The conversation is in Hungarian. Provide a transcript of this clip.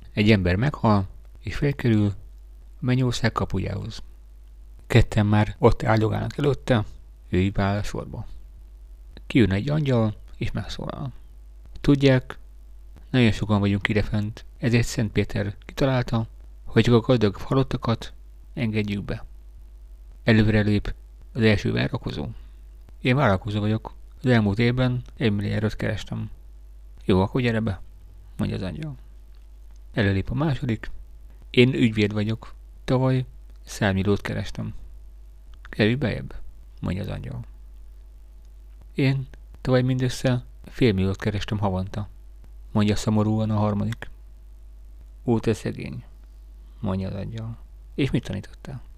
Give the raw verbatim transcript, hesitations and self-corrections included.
Egy ember meghal, és felkerül a mennyország kapujához. Ketten már ott áldogálnak előtte, ő így beáll a sorba. Kijön egy angyal, és megszólal. Tudják, nagyon sokan vagyunk idefent, ezért Szent Péter kitalálta, hogy csak a gazdag halottakat engedjük be. Előre lép az első várakozó. Én várakozó vagyok. Az elmúlt évben egy milliárdot kerestem. Jó, akkor gyere be, mondja az angyal. Előlép a második. Én ügyvéd vagyok. Tavaly száz milliót kerestem. Kerülj bejebb, mondja az angyal. Én tavaly mindössze fél milliót kerestem havonta, mondja szomorúan a harmadik. Ó, te szegény, mondja az angyal. És mit tanítottál?